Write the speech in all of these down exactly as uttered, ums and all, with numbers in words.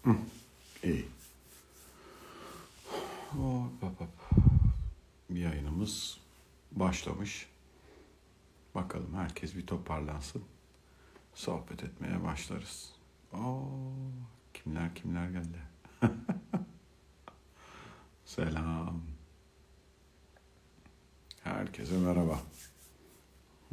Hı, iyi. Hop, hop, hop. Bir yayınımız başlamış. Bakalım herkes bir toparlansın. Sohbet etmeye başlarız. Oo, kimler kimler geldi. Selam. Herkese merhaba. Hı.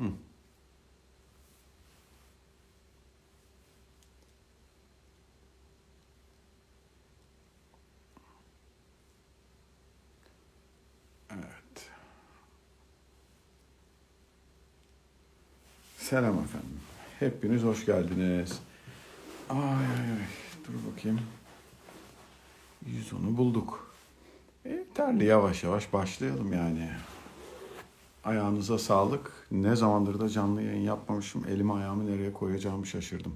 Evet. Selam efendim. Hepiniz hoş geldiniz. Ay ay ay. Dur bakayım. yüz onu bulduk. E, terli yavaş yavaş başlayalım yani. Ayağınıza sağlık. Ne zamandır da canlı yayın yapmamışım. Elimi ayağımı nereye koyacağımı şaşırdım.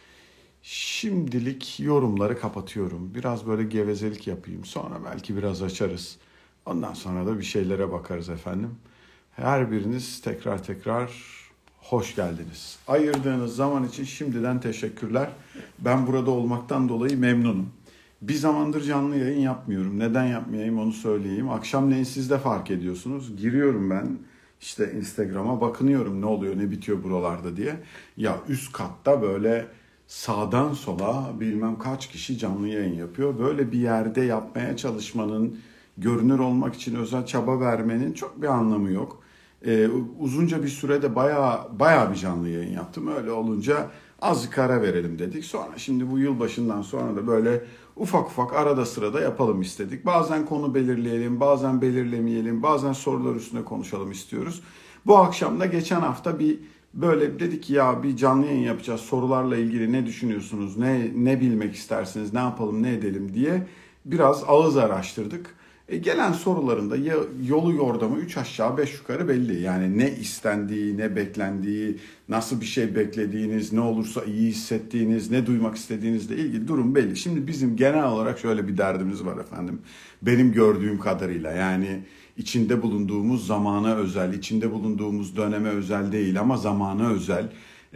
Şimdilik yorumları kapatıyorum. Biraz böyle gevezelik yapayım. Sonra belki biraz açarız. Ondan sonra da bir şeylere bakarız efendim. Her biriniz tekrar tekrar hoş geldiniz. Ayırdığınız zaman için şimdiden teşekkürler. Ben burada olmaktan dolayı memnunum. Bir zamandır canlı yayın yapmıyorum. Neden yapmayayım onu söyleyeyim. Akşamleyin siz de fark ediyorsunuz. Giriyorum ben işte Instagram'a, bakınıyorum ne oluyor ne bitiyor buralarda diye. Ya üst katta böyle sağdan sola bilmem kaç kişi canlı yayın yapıyor. Böyle bir yerde yapmaya çalışmanın, görünür olmak için özel çaba vermenin çok bir anlamı yok. Ee, uzunca bir sürede bayağı bayağı bir canlı yayın yaptım. Öyle olunca azıcık ara verelim dedik. Sonra şimdi bu yılbaşından sonra da böyle ufak ufak arada sırada yapalım istedik. Bazen konu belirleyelim, bazen belirlemeyelim, bazen sorular üstüne konuşalım istiyoruz. Bu akşam da geçen hafta bir böyle dedik ki ya bir canlı yayın yapacağız. Sorularla ilgili ne düşünüyorsunuz, ne ne bilmek istersiniz, ne yapalım, ne edelim diye biraz ağız araştırdık. E, gelen soruların da ya, yolu yordamı üç aşağı beş yukarı belli. Yani ne istendiği, ne beklendiği, nasıl bir şey beklediğiniz, ne olursa iyi hissettiğiniz, ne duymak istediğinizle ilgili durum belli. Şimdi bizim genel olarak şöyle bir derdimiz var efendim. Benim gördüğüm kadarıyla yani içinde bulunduğumuz zamana özel, içinde bulunduğumuz döneme özel değil ama zamana özel.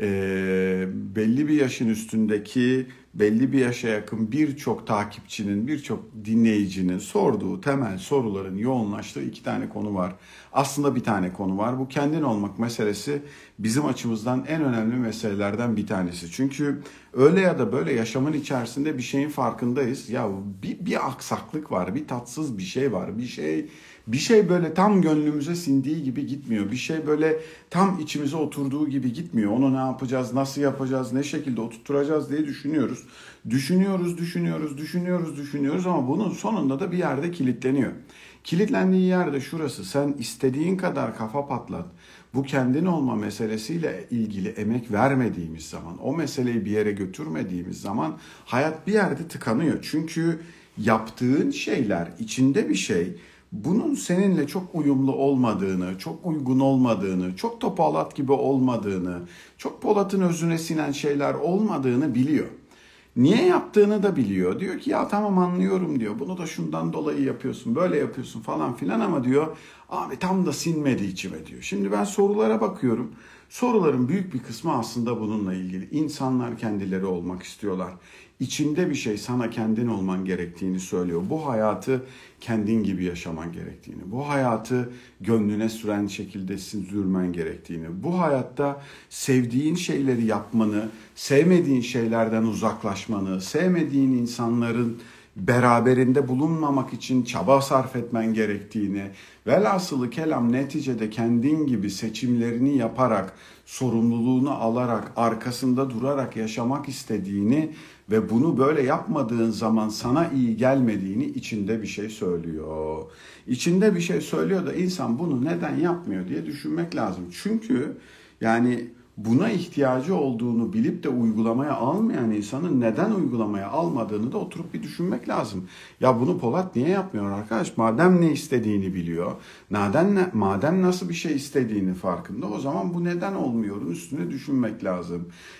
E, belli bir yaşın üstündeki, belli bir yaşa yakın birçok takipçinin, birçok dinleyicinin sorduğu temel soruların yoğunlaştığı iki tane konu var. Aslında bir tane konu var. Bu kendin olmak meselesi bizim açımızdan en önemli meselelerden bir tanesi. Çünkü öyle ya da böyle yaşamın içerisinde bir şeyin farkındayız. Ya bir, bir aksaklık var, bir tatsız bir şey var, bir şey... Bir şey böyle tam gönlümüze sindiği gibi gitmiyor. Bir şey böyle tam içimize oturduğu gibi gitmiyor. Onu ne yapacağız, nasıl yapacağız, ne şekilde oturtturacağız diye düşünüyoruz. Düşünüyoruz, düşünüyoruz, düşünüyoruz, düşünüyoruz ama bunun sonunda da bir yerde kilitleniyor. Kilitlendiği yerde şurası. Sen istediğin kadar kafa patlat. Bu kendin olma meselesiyle ilgili emek vermediğimiz zaman, o meseleyi bir yere götürmediğimiz zaman hayat bir yerde tıkanıyor. Çünkü yaptığın şeyler, içinde bir şey... Bunun seninle çok uyumlu olmadığını, çok uygun olmadığını, çok Topal gibi olmadığını, çok Polat'ın özüne sinen şeyler olmadığını biliyor. Niye yaptığını da biliyor. Diyor ki ya tamam anlıyorum diyor. Bunu da şundan dolayı yapıyorsun, böyle yapıyorsun falan filan ama diyor abi tam da sinmedi içime diyor. Şimdi ben sorulara bakıyorum. Soruların büyük bir kısmı aslında bununla ilgili. İnsanlar kendileri olmak istiyorlar. İçinde bir şey sana kendin olman gerektiğini söylüyor. Bu hayatı kendin gibi yaşaman gerektiğini, bu hayatı gönlüne süren şekilde sürdürmen gerektiğini, bu hayatta sevdiğin şeyleri yapmanı, sevmediğin şeylerden uzaklaşmanı, sevmediğin insanların beraberinde bulunmamak için çaba sarf etmen gerektiğini, velhasılı kelam neticede kendin gibi seçimlerini yaparak, sorumluluğunu alarak, arkasında durarak yaşamak istediğini ve bunu böyle yapmadığın zaman sana iyi gelmediğini içinde bir şey söylüyor. İçinde bir şey söylüyor da insan bunu neden yapmıyor diye düşünmek lazım. Çünkü yani buna ihtiyacı olduğunu bilip de uygulamaya almayan insanın neden uygulamaya almadığını da oturup bir düşünmek lazım. Ya bunu Polat niye yapmıyor arkadaş? Madem ne istediğini biliyor, madem, ne, madem nasıl bir şey istediğini farkında o zaman bu neden olmuyorun üstüne düşünmek lazım.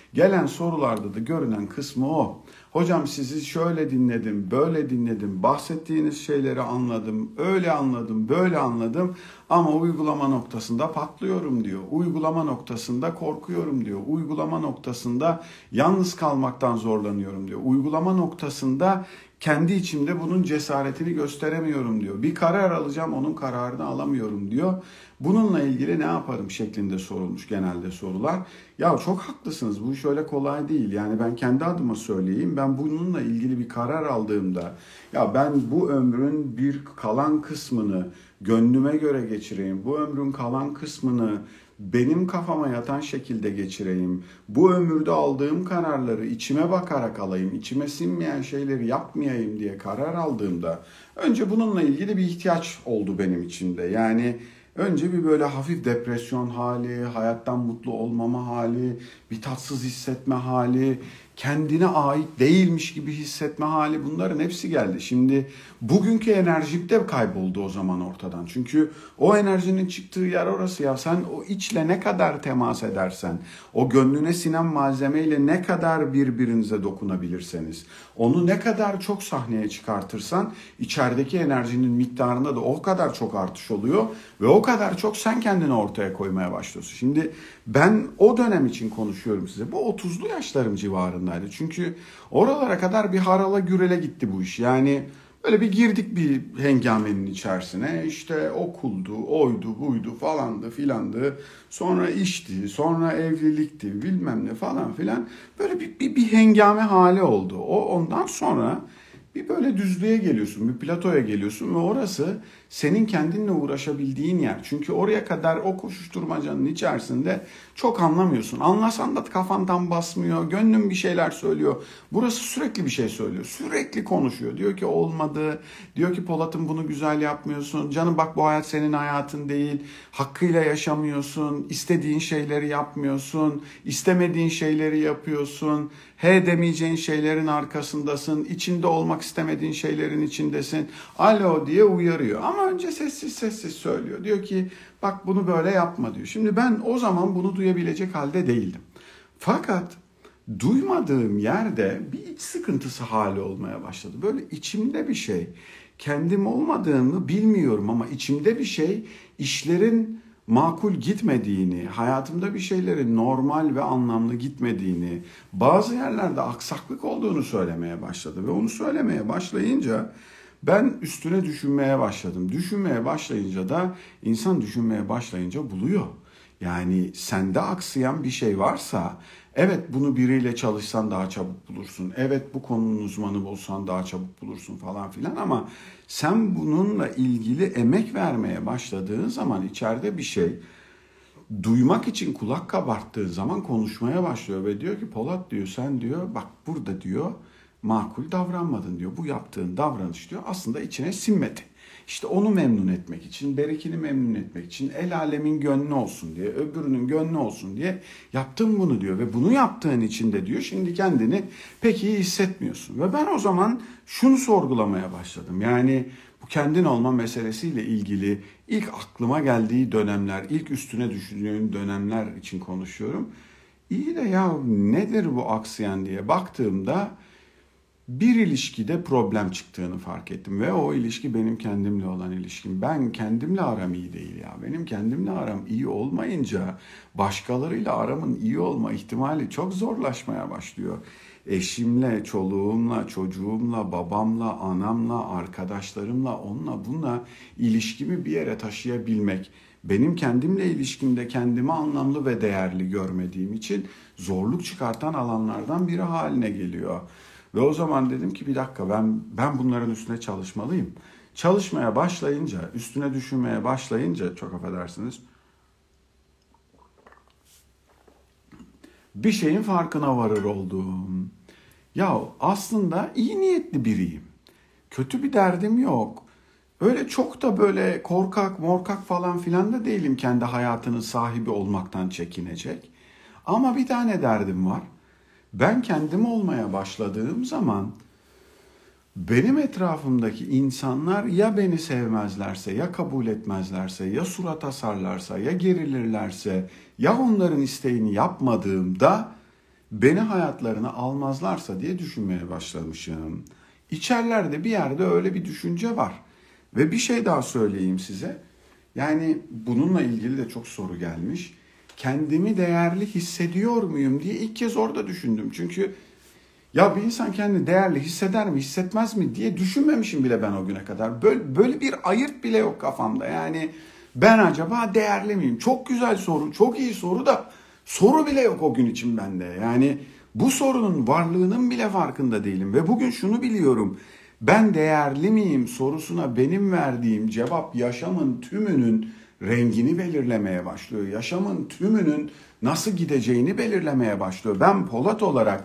Gelen sorularda da görünen kısmı o. Hocam sizi şöyle dinledim, böyle dinledim, bahsettiğiniz şeyleri anladım, öyle anladım, böyle anladım ama uygulama noktasında patlıyorum diyor. Uygulama noktasında korkuyorum diyor. Uygulama noktasında yalnız kalmaktan zorlanıyorum diyor. Uygulama noktasında kendi içimde bunun cesaretini gösteremiyorum diyor. Bir karar alacağım, onun kararını alamıyorum diyor. Bununla ilgili ne yaparım şeklinde sorulmuş genelde sorular. Ya çok haklısınız, bu iş öyle kolay değil. Yani ben kendi adıma söyleyeyim, ben bununla ilgili bir karar aldığımda ya ben bu ömrün bir kalan kısmını gönlüme göre geçireyim. Bu ömrün kalan kısmını benim kafama yatan şekilde geçireyim. Bu ömürde aldığım kararları içime bakarak alayım. İçime sinmeyen şeyleri yapmayayım diye karar aldığımda önce bununla ilgili bir ihtiyaç oldu benim içimde. Yani önce bir böyle hafif depresyon hali, hayattan mutlu olmama hali, bir tatsız hissetme hali, kendine ait değilmiş gibi hissetme hali, bunların hepsi geldi. Şimdi bugünkü enerjim de kayboldu o zaman ortadan. Çünkü o enerjinin çıktığı yer orası ya. Sen o içle ne kadar temas edersen, o gönlüne sinen malzemeyle ne kadar birbirinize dokunabilirseniz, onu ne kadar çok sahneye çıkartırsan içerideki enerjinin miktarında da o kadar çok artış oluyor ve o kadar çok sen kendini ortaya koymaya başlıyorsun. Şimdi ben o dönem için konuşuyorum size. Bu otuzlu yaşlarım civarındaydı. Çünkü oralara kadar bir harala gürele gitti bu iş. Yani böyle bir girdik bir hengamenin içerisine. İşte okuldu, oydu, buydu falandı filandı. Sonra işti, sonra evlilikti bilmem ne falan filan. Böyle bir, bir, bir hengame hali oldu. O ondan sonra bir böyle düzlüğe geliyorsun, bir platoya geliyorsun ve orası senin kendinle uğraşabildiğin yer. Çünkü oraya kadar o koşuşturmacanın içerisinde çok anlamıyorsun. Anlasan da kafandan basmıyor, gönlün bir şeyler söylüyor. Burası sürekli bir şey söylüyor, sürekli konuşuyor. Diyor ki olmadı, diyor ki Polat'ım bunu güzel yapmıyorsun. Canım bak bu hayat senin hayatın değil, hakkıyla yaşamıyorsun, istediğin şeyleri yapmıyorsun, istemediğin şeyleri yapıyorsun. He demeyeceğin şeylerin arkasındasın, içinde olmak istemediğin şeylerin içindesin. Alo diye uyarıyor ama önce sessiz sessiz söylüyor. Diyor ki bak bunu böyle yapma diyor. Şimdi ben o zaman bunu duyabilecek halde değildim. Fakat duymadığım yerde bir iç sıkıntısı hali olmaya başladı. Böyle içimde bir şey, kendim olmadığımı bilmiyorum ama içimde bir şey işlerin makul gitmediğini, hayatımda bir şeylerin normal ve anlamlı gitmediğini, bazı yerlerde aksaklık olduğunu söylemeye başladı. Ve onu söylemeye başlayınca ben üstüne düşünmeye başladım. Düşünmeye başlayınca da insan düşünmeye başlayınca buluyor. Yani sende aksayan bir şey varsa, evet bunu biriyle çalışsan daha çabuk bulursun. Evet bu konunun uzmanı olsan daha çabuk bulursun falan filan ama sen bununla ilgili emek vermeye başladığın zaman içeride bir şey duymak için kulak kabarttığın zaman konuşmaya başlıyor ve diyor ki Polat diyor sen diyor bak burada diyor makul davranmadın diyor. Bu yaptığın davranış diyor aslında içine sinmedi. İşte onu memnun etmek için, Berikini memnun etmek için, el alemin gönlü olsun diye, öbürünün gönlü olsun diye yaptın bunu diyor. Ve bunu yaptığın için de diyor şimdi kendini pek iyi hissetmiyorsun. Ve ben o zaman şunu sorgulamaya başladım. Yani bu kendin olma meselesiyle ilgili ilk aklıma geldiği dönemler, ilk üstüne düşündüğüm dönemler için konuşuyorum. İyi de ya nedir bu aksayan diye baktığımda bir ilişkide problem çıktığını fark ettim ve o ilişki benim kendimle olan ilişkim. Ben kendimle aram iyi değil ya. Benim kendimle aram iyi olmayınca başkalarıyla aramın iyi olma ihtimali çok zorlaşmaya başlıyor. Eşimle, çoluğumla, çocuğumla, babamla, anamla, arkadaşlarımla, onunla bununla ilişkimi bir yere taşıyabilmek. Benim kendimle ilişkimde kendimi anlamlı ve değerli görmediğim için zorluk çıkartan alanlardan biri haline geliyor. Ve o zaman dedim ki bir dakika ben ben bunların üstüne çalışmalıyım. Çalışmaya başlayınca, üstüne düşünmeye başlayınca çok affedersiniz. Bir şeyin farkına varır oldum. Ya aslında iyi niyetli biriyim. Kötü bir derdim yok. Öyle çok da böyle korkak, morkak falan filan da değilim kendi hayatının sahibi olmaktan çekinecek. Ama bir tane derdim var. Ben kendim olmaya başladığım zaman benim etrafımdaki insanlar ya beni sevmezlerse, ya kabul etmezlerse, ya surat asarlarsa, ya gerilirlerse, ya onların isteğini yapmadığımda beni hayatlarına almazlarsa diye düşünmeye başlamışım. İçerlerde bir yerde öyle bir düşünce var. Ve bir şey daha söyleyeyim size. Yani bununla ilgili de çok soru gelmiş. Kendimi değerli hissediyor muyum diye ilk kez orada düşündüm. Çünkü ya bir insan kendini değerli hisseder mi, hissetmez mi diye düşünmemişim bile ben o güne kadar. Böyle, böyle bir ayırt bile yok kafamda. Yani ben acaba değerli miyim? Çok güzel soru, çok iyi soru da soru bile yok o gün için bende. Yani bu sorunun varlığının bile farkında değilim. Ve bugün şunu biliyorum. Ben değerli miyim sorusuna benim verdiğim cevap yaşamın tümünün rengini belirlemeye başlıyor. Yaşamın tümünün nasıl gideceğini belirlemeye başlıyor. Ben Polat olarak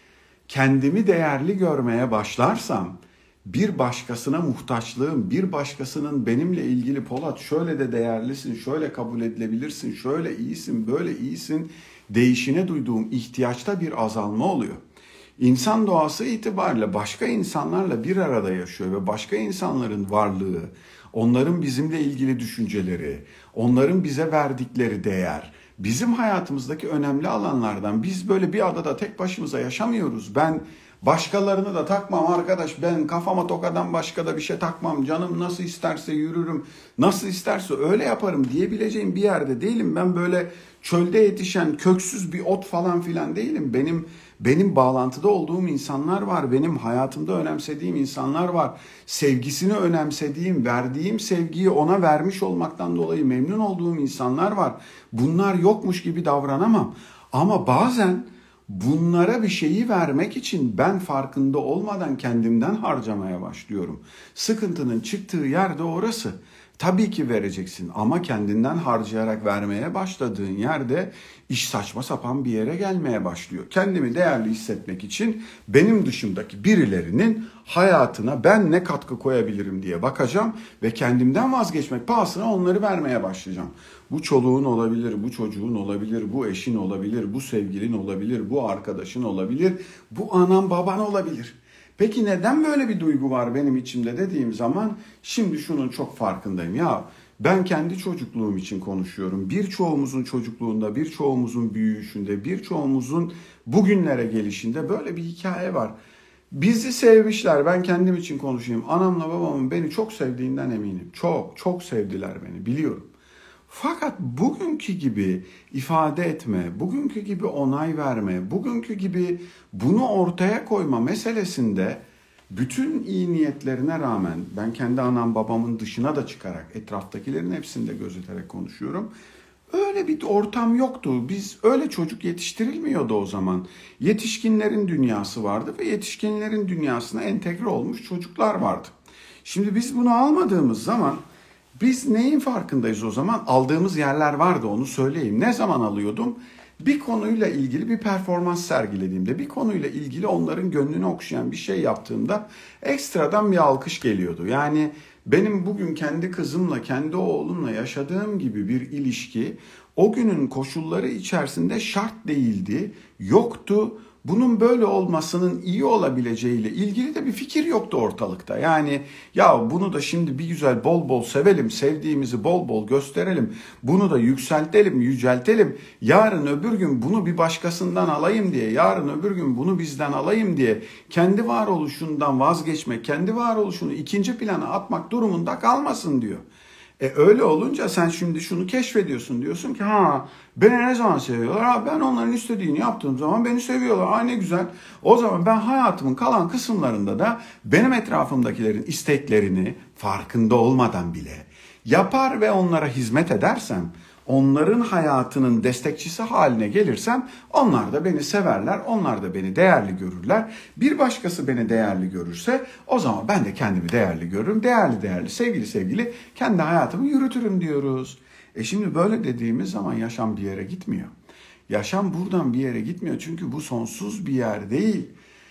kendimi değerli görmeye başlarsam bir başkasına muhtaçlığım, bir başkasının benimle ilgili Polat şöyle de değerlisin, şöyle kabul edilebilirsin, şöyle iyisin, böyle iyisin değişine duyduğum ihtiyaçta bir azalma oluyor. İnsan doğası itibariyle başka insanlarla bir arada yaşıyor ve başka insanların varlığı, onların bizimle ilgili düşünceleri, onların bize verdikleri değer, bizim hayatımızdaki önemli alanlardan. Biz böyle bir adada tek başımıza yaşamıyoruz. Ben başkalarını da takmam arkadaş, ben kafama tokadan başka da bir şey takmam, canım nasıl isterse yürürüm, nasıl isterse öyle yaparım diyebileceğim bir yerde değilim. Ben böyle çölde yetişen köksüz bir ot falan filan değilim. Benim benim bağlantıda olduğum insanlar var, benim hayatımda önemsediğim insanlar var. Sevgisini önemsediğim, verdiğim sevgiyi ona vermiş olmaktan dolayı memnun olduğum insanlar var. Bunlar yokmuş gibi davranamam. Ama bazen bunlara bir şeyi vermek için ben farkında olmadan kendimden harcamaya başlıyorum. Sıkıntının çıktığı yer de orası. Tabii ki vereceksin ama kendinden harcayarak vermeye başladığın yerde iş saçma sapan bir yere gelmeye başlıyor. Kendimi değerli hissetmek için benim dışımdaki birilerinin hayatına ben ne katkı koyabilirim diye bakacağım ve kendimden vazgeçmek pahasına onları vermeye başlayacağım. Bu çoluğun olabilir, bu çocuğun olabilir, bu eşin olabilir, bu sevgilin olabilir, bu arkadaşın olabilir, bu anan baban olabilir. Peki neden böyle bir duygu var benim içimde dediğim zaman şimdi şunun çok farkındayım. Ya ben kendi çocukluğum için konuşuyorum. Birçoğumuzun çocukluğunda, birçoğumuzun büyüyüşünde, birçoğumuzun bugünlere gelişinde böyle bir hikaye var. Bizi sevmişler, ben kendim için konuşayım. Anamla babamın beni çok sevdiğinden eminim. Çok, çok sevdiler beni, biliyorum. Fakat bugünkü gibi ifade etme, bugünkü gibi onay verme, bugünkü gibi bunu ortaya koyma meselesinde bütün iyi niyetlerine rağmen ben kendi anam babamın dışına da çıkarak etraftakilerin hepsini de gözeterek konuşuyorum. Öyle bir ortam yoktu. Biz öyle çocuk yetiştirilmiyordu o zaman. Yetişkinlerin dünyası vardı ve yetişkinlerin dünyasına entegre olmuş çocuklar vardı. Şimdi biz bunu almadığımız zaman biz neyin farkındayız o zaman? Aldığımız yerler vardı, onu söyleyeyim. Ne zaman alıyordum? Bir konuyla ilgili bir performans sergilediğimde, bir konuyla ilgili onların gönlünü okşayan bir şey yaptığımda ekstradan bir alkış geliyordu. Yani benim bugün kendi kızımla, kendi oğlumla yaşadığım gibi bir ilişki o günün koşulları içerisinde şart değildi, yoktu. Bunun böyle olmasının iyi olabileceğiyle ilgili de bir fikir yoktu ortalıkta. Yani ya bunu da şimdi bir güzel bol bol sevelim, sevdiğimizi bol bol gösterelim, bunu da yükseltelim, yüceltelim. Yarın öbür gün bunu bir başkasından alayım diye, yarın öbür gün bunu bizden alayım diye kendi varoluşundan vazgeçmek, kendi varoluşunu ikinci plana atmak durumunda kalmasın diyor. E öyle olunca sen şimdi şunu keşfediyorsun, diyorsun ki ha beni ne zaman seviyorlar? Ha ben onların istediğini yaptığım zaman beni seviyorlar. Ha ne güzel. O zaman ben hayatımın kalan kısımlarında da benim etrafımdakilerin isteklerini farkında olmadan bile yapar ve onlara hizmet edersem, onların hayatının destekçisi haline gelirsem onlar da beni severler, onlar da beni değerli görürler. Bir başkası beni değerli görürse o zaman ben de kendimi değerli görürüm. Değerli değerli, sevgili sevgili kendi hayatımı yürütürüm diyoruz. E şimdi böyle dediğimiz zaman yaşam bir yere gitmiyor. Yaşam buradan bir yere gitmiyor çünkü bu sonsuz bir yer değil.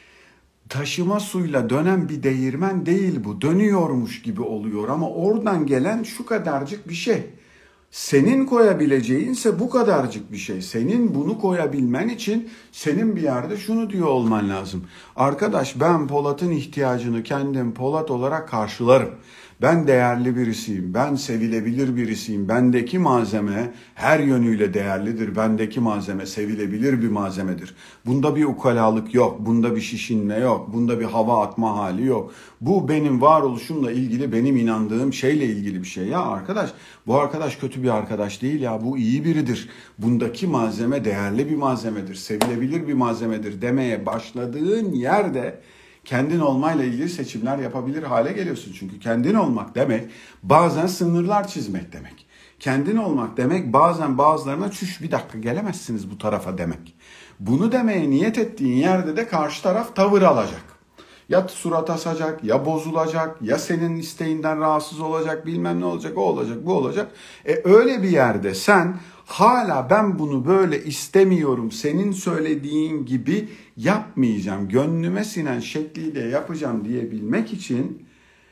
Taşıma suyla dönen bir değirmen değil bu. Dönüyormuş gibi oluyor ama oradan gelen şu kadarcık bir şey. Senin koyabileceğinse bu kadarcık bir şey. Senin bunu koyabilmen için senin bir yerde şunu diyor olman lazım. Arkadaş ben Polat'ın ihtiyacını kendim Polat olarak karşılarım. Ben değerli birisiyim, ben sevilebilir birisiyim, bendeki malzeme her yönüyle değerlidir, bendeki malzeme sevilebilir bir malzemedir. Bunda bir ukalalık yok, bunda bir şişinme yok, bunda bir hava atma hali yok. Bu benim varoluşumla ilgili, benim inandığım şeyle ilgili bir şey. Ya arkadaş, bu arkadaş kötü bir arkadaş değil ya, bu iyi biridir. Bundaki malzeme değerli bir malzemedir, sevilebilir bir malzemedir demeye başladığın yerde kendin olmayla ilgili seçimler yapabilir hale geliyorsun. Çünkü kendin olmak demek bazen sınırlar çizmek demek. Kendin olmak demek bazen bazılarına çüş bir dakika gelemezsiniz bu tarafa demek. Bunu demeye niyet ettiğin yerde de karşı taraf tavır alacak. Ya surat asacak, ya bozulacak, ya senin isteğinden rahatsız olacak, bilmem ne olacak, o olacak, bu olacak. E öyle bir yerde sen hala ben bunu böyle istemiyorum, senin söylediğin gibi yapmayacağım, gönlüme sinen şekliyle yapacağım diyebilmek için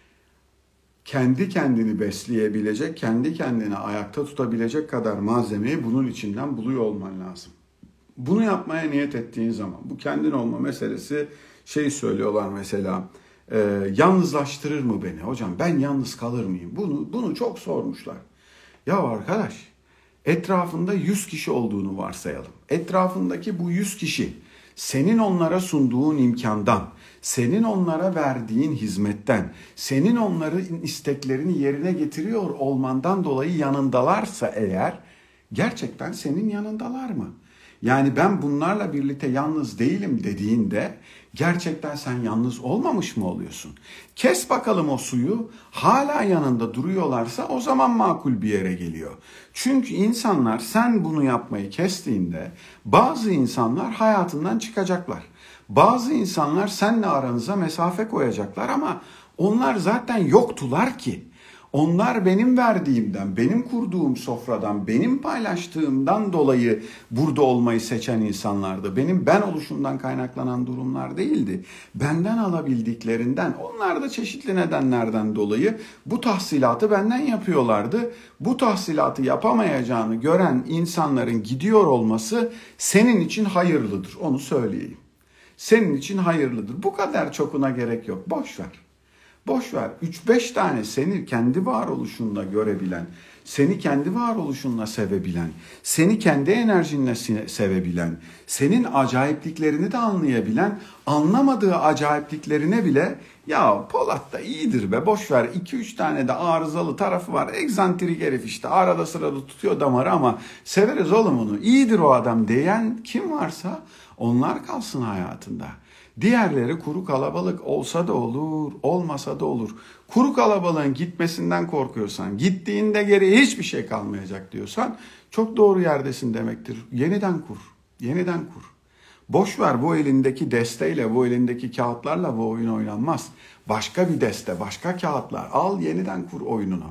kendi kendini besleyebilecek, kendi kendini ayakta tutabilecek kadar malzemeyi bunun içinden buluyor olman lazım. Bunu yapmaya niyet ettiğin zaman, bu kendin olma meselesi, şey söylüyorlar mesela, e, yalnızlaştırır mı beni? Hocam ben yalnız kalır mıyım? Bunu, bunu çok sormuşlar. Ya arkadaş, etrafında yüz kişi olduğunu varsayalım. Etrafındaki bu yüz kişi senin onlara sunduğun imkandan, senin onlara verdiğin hizmetten, senin onların isteklerini yerine getiriyor olmandan dolayı yanındalarsa eğer, gerçekten senin yanındalar mı? Yani ben bunlarla birlikte yalnız değilim dediğinde gerçekten sen yalnız olmamış mı oluyorsun? Kes bakalım o suyu, hala yanında duruyorlarsa o zaman makul bir yere geliyor. Çünkü insanlar sen bunu yapmayı kestiğinde bazı insanlar hayatından çıkacaklar. Bazı insanlar seninle aranıza mesafe koyacaklar ama onlar zaten yoktular ki. Onlar benim verdiğimden, benim kurduğum sofradan, benim paylaştığımdan dolayı burada olmayı seçen insanlardı. Benim ben oluşumdan kaynaklanan durumlar değildi. Benden alabildiklerinden, onlar da çeşitli nedenlerden dolayı bu tahsilatı benden yapıyorlardı. Bu tahsilatı yapamayacağını gören insanların gidiyor olması senin için hayırlıdır, onu söyleyeyim. Senin için hayırlıdır. Bu kadar çokuna gerek yok, boş ver. Boş ver. üç beş tane seni kendi varoluşunla görebilen, seni kendi varoluşunla sevebilen, seni kendi enerjinle sevebilen, senin acayipliklerini de anlayabilen, anlamadığı acayipliklerine bile ya Polat da iyidir be boş ver, iki üç tane de arızalı tarafı var, egzantrik herif işte arada sırada tutuyor damarı ama severiz oğlum onu, iyidir o adam diyen kim varsa onlar kalsın hayatında. Diğerleri kuru kalabalık, olsa da olur, olmasa da olur. Kuru kalabalığın gitmesinden korkuyorsan, gittiğinde geriye hiçbir şey kalmayacak diyorsan çok doğru yerdesin demektir. Yeniden kur, yeniden kur. Boş ver, bu elindeki desteyle, bu elindeki kağıtlarla bu oyun oynanmaz. Başka bir deste, başka kağıtlar al, yeniden kur oyununu.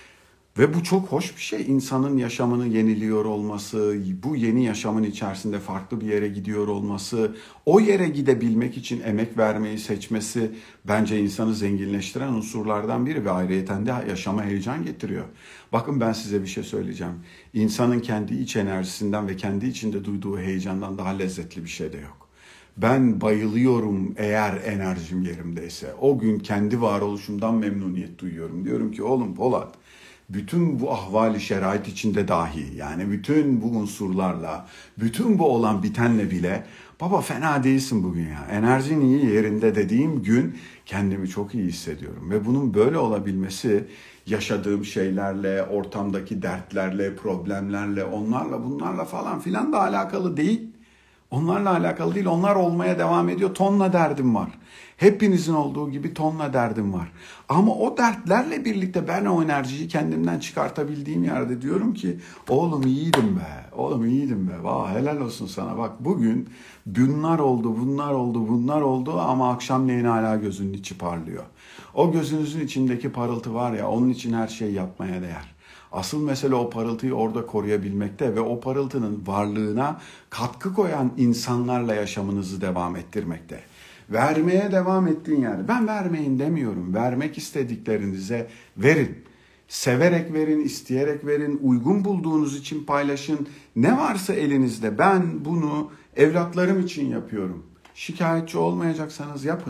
Ve bu çok hoş bir şey. İnsanın yaşamını yeniliyor olması, bu yeni yaşamın içerisinde farklı bir yere gidiyor olması, o yere gidebilmek için emek vermeyi seçmesi bence insanı zenginleştiren unsurlardan biri ve ayrıyeten de yaşama heyecan getiriyor. Bakın ben size bir şey söyleyeceğim. İnsanın kendi iç enerjisinden ve kendi içinde duyduğu heyecandan daha lezzetli bir şey de yok. Ben bayılıyorum eğer enerjim yerimdeyse. O gün kendi varoluşumdan memnuniyet duyuyorum. Diyorum ki oğlum Polat, bütün bu ahvali şerait içinde dahi, yani bütün bu unsurlarla, bütün bu olan bitenle bile baba fena değilsin bugün ya, enerjin iyi yerinde dediğim gün kendimi çok iyi hissediyorum. Ve bunun böyle olabilmesi yaşadığım şeylerle, ortamdaki dertlerle, problemlerle, onlarla bunlarla falan filan da alakalı değil. Onlarla alakalı değil, onlar olmaya devam ediyor. Tonla derdim var. Hepinizin olduğu gibi tonla derdim var. Ama o dertlerle birlikte ben o enerjiyi kendimden çıkartabildiğim yerde diyorum ki oğlum iyiydim be, oğlum iyiydim be. Vah helal olsun sana, bak bugün bunlar oldu, bunlar oldu, bunlar oldu ama akşamleyin hala gözünün içi parlıyor. O gözünüzün içindeki parıltı var ya, onun için her şeyi yapmaya değer. Asıl mesele o parıltıyı orada koruyabilmekte ve o parıltının varlığına katkı koyan insanlarla yaşamınızı devam ettirmekte. Vermeye devam ettiğin yerde, ben vermeyin demiyorum, vermek istediklerinize verin. Severek verin, isteyerek verin, uygun bulduğunuz için paylaşın. Ne varsa elinizde, ben bunu evlatlarım için yapıyorum. Şikayetçi olmayacaksanız yapın.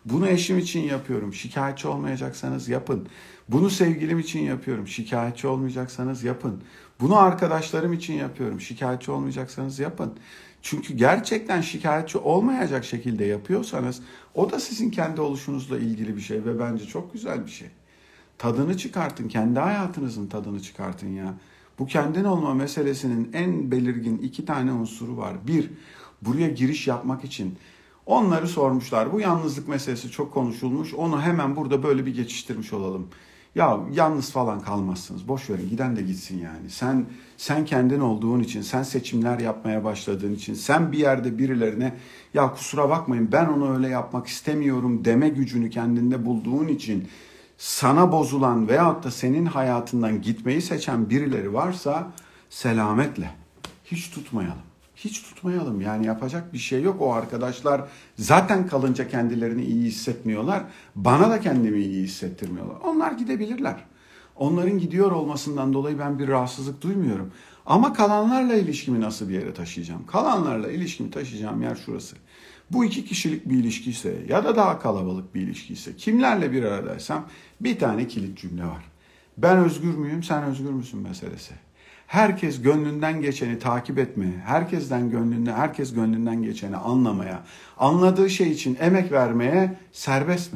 Bunu eşim için yapıyorum. Şikayetçi olmayacaksanız yapın. Bunu sevgilim için yapıyorum. Şikayetçi olmayacaksanız yapın. Bunu arkadaşlarım için yapıyorum. Şikayetçi olmayacaksanız yapın. Çünkü gerçekten şikayetçi olmayacak şekilde yapıyorsanız o da sizin kendi oluşunuzla ilgili bir şey ve bence çok güzel bir şey. Tadını çıkartın, kendi hayatınızın tadını çıkartın ya. Bu kendin olma meselesinin en belirgin iki tane unsuru var. Bir, buraya giriş yapmak için onları sormuşlar. Bu yalnızlık meselesi çok konuşulmuş. Onu hemen burada böyle bir geçiştirmiş olalım. Ya yalnız falan kalmazsınız. Boş verin, giden de gitsin yani. Sen sen kendin olduğun için, sen seçimler yapmaya başladığın için, sen bir yerde birilerine ya kusura bakmayın ben onu öyle yapmak istemiyorum deme gücünü kendinde bulduğun için sana bozulan veyahut da senin hayatından gitmeyi seçen birileri varsa selametle. Hiç tutmayalım. Hiç tutmayalım. Yani yapacak bir şey yok. O arkadaşlar zaten kalınca kendilerini iyi hissetmiyorlar. Bana da kendimi iyi hissettirmiyorlar. Onlar gidebilirler. Onların gidiyor olmasından dolayı ben bir rahatsızlık duymuyorum. Ama kalanlarla ilişkimi nasıl bir yere taşıyacağım? Kalanlarla ilişkimi taşıyacağım yer şurası. Bu iki kişilik bir ilişki ise ya da daha kalabalık bir ilişki ise kimlerle bir aradaysam bir tane kilit cümle var. Ben özgür müyüm, sen özgür müsün meselesi. Herkes gönlünden geçeni takip etmeye, herkesten gönlünden, herkes gönlünden geçeni anlamaya, anladığı şey için emek vermeye serbest mi?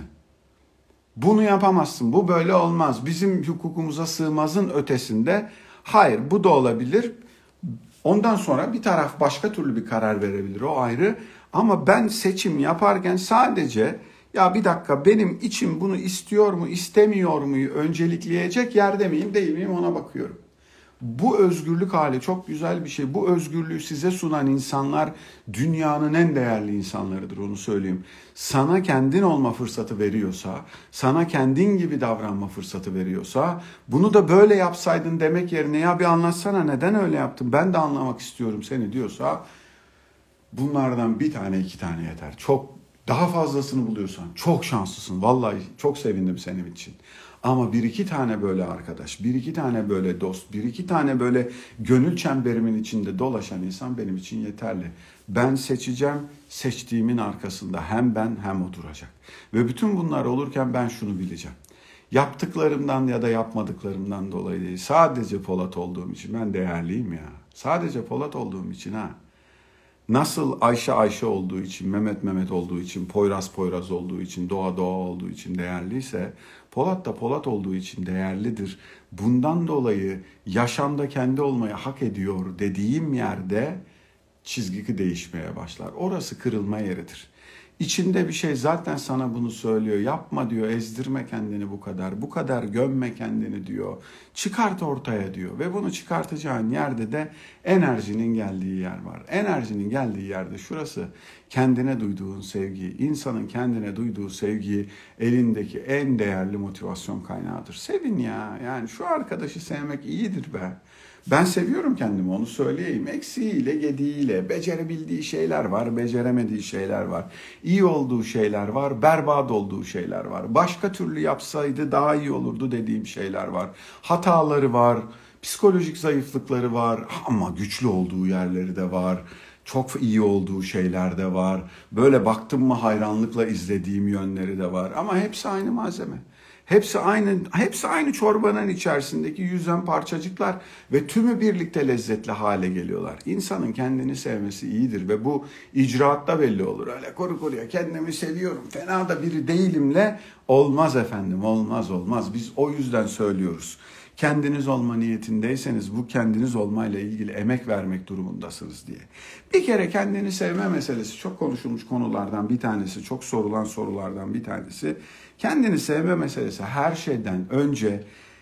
Bunu yapamazsın, bu böyle olmaz, bizim hukukumuza sığmazın ötesinde hayır bu da olabilir. Ondan sonra bir taraf başka türlü bir karar verebilir, o ayrı. Ama ben seçim yaparken sadece ya bir dakika benim içim bunu istiyor mu istemiyor muyu öncelikleyecek yerde miyim değil miyim ona bakıyorum. Bu özgürlük hali çok güzel bir şey. Bu özgürlüğü size sunan insanlar dünyanın en değerli insanlarıdır, onu söyleyeyim. Sana kendin olma fırsatı veriyorsa, sana kendin gibi davranma fırsatı veriyorsa, bunu da böyle yapsaydın demek yerine ya bir anlatsana neden öyle yaptın, ben de anlamak istiyorum seni diyorsa, bunlardan bir tane iki tane yeter. Çok daha fazlasını buluyorsan çok şanslısın. Vallahi çok sevindim senin için. Ama bir iki tane böyle arkadaş, bir iki tane böyle dost, bir iki tane böyle gönül çemberimin içinde dolaşan insan benim için yeterli. Ben seçeceğim, seçtiğimin arkasında hem ben hem o duracak. Ve bütün bunlar olurken ben şunu bileceğim. Yaptıklarımdan ya da yapmadıklarımdan dolayı değil, sadece Polat olduğum için ben değerliyim ya. Sadece Polat olduğum için ha. Nasıl Ayşe Ayşe olduğu için, Mehmet Mehmet olduğu için, Poyraz Poyraz olduğu için, Doğa Doğa olduğu için değerliyse, Polat da Polat olduğu için değerlidir. Bundan dolayı yaşamda kendi olmayı hak ediyor dediğim yerde çizgi değişmeye başlar. Orası kırılma yeridir. İçinde bir şey zaten sana bunu söylüyor. Yapma diyor, ezdirme kendini bu kadar. Bu kadar gömme kendini diyor. Çıkart ortaya diyor. Ve bunu çıkartacağın yerde de enerjinin geldiği yer var. Enerjinin geldiği yerde şurası. Kendine duyduğun sevgi, insanın kendine duyduğu sevgi elindeki en değerli motivasyon kaynağıdır. Sevin ya. Yani şu arkadaşı sevmek iyidir be. Ben seviyorum kendimi, onu söyleyeyim. Eksiğiyle, gediğiyle, becerebildiği şeyler var, beceremediği şeyler var. İyi olduğu şeyler var, berbat olduğu şeyler var. Başka türlü yapsaydı daha iyi olurdu dediğim şeyler var. Hataları var, psikolojik zayıflıkları var ama güçlü olduğu yerleri de var. Çok iyi olduğu şeyler de var. Böyle baktım mı hayranlıkla izlediğim yönleri de var. Ama hepsi aynı malzeme. Hepsi aynı, hepsi aynı çorbanın içerisindeki yüzen parçacıklar ve tümü birlikte lezzetli hale geliyorlar. İnsanın kendini sevmesi iyidir ve bu icraatta belli olur. Öyle koru koruya kendimi seviyorum, fena da biri değilimle olmaz efendim, olmaz olmaz. Biz o yüzden söylüyoruz. Kendiniz olma niyetindeyseniz bu kendiniz olmayla ilgili emek vermek durumundasınız diye. Bir kere kendini sevme meselesi çok konuşulmuş konulardan bir tanesi, çok sorulan sorulardan bir tanesi. Kendini sevme meselesi her şeyden önce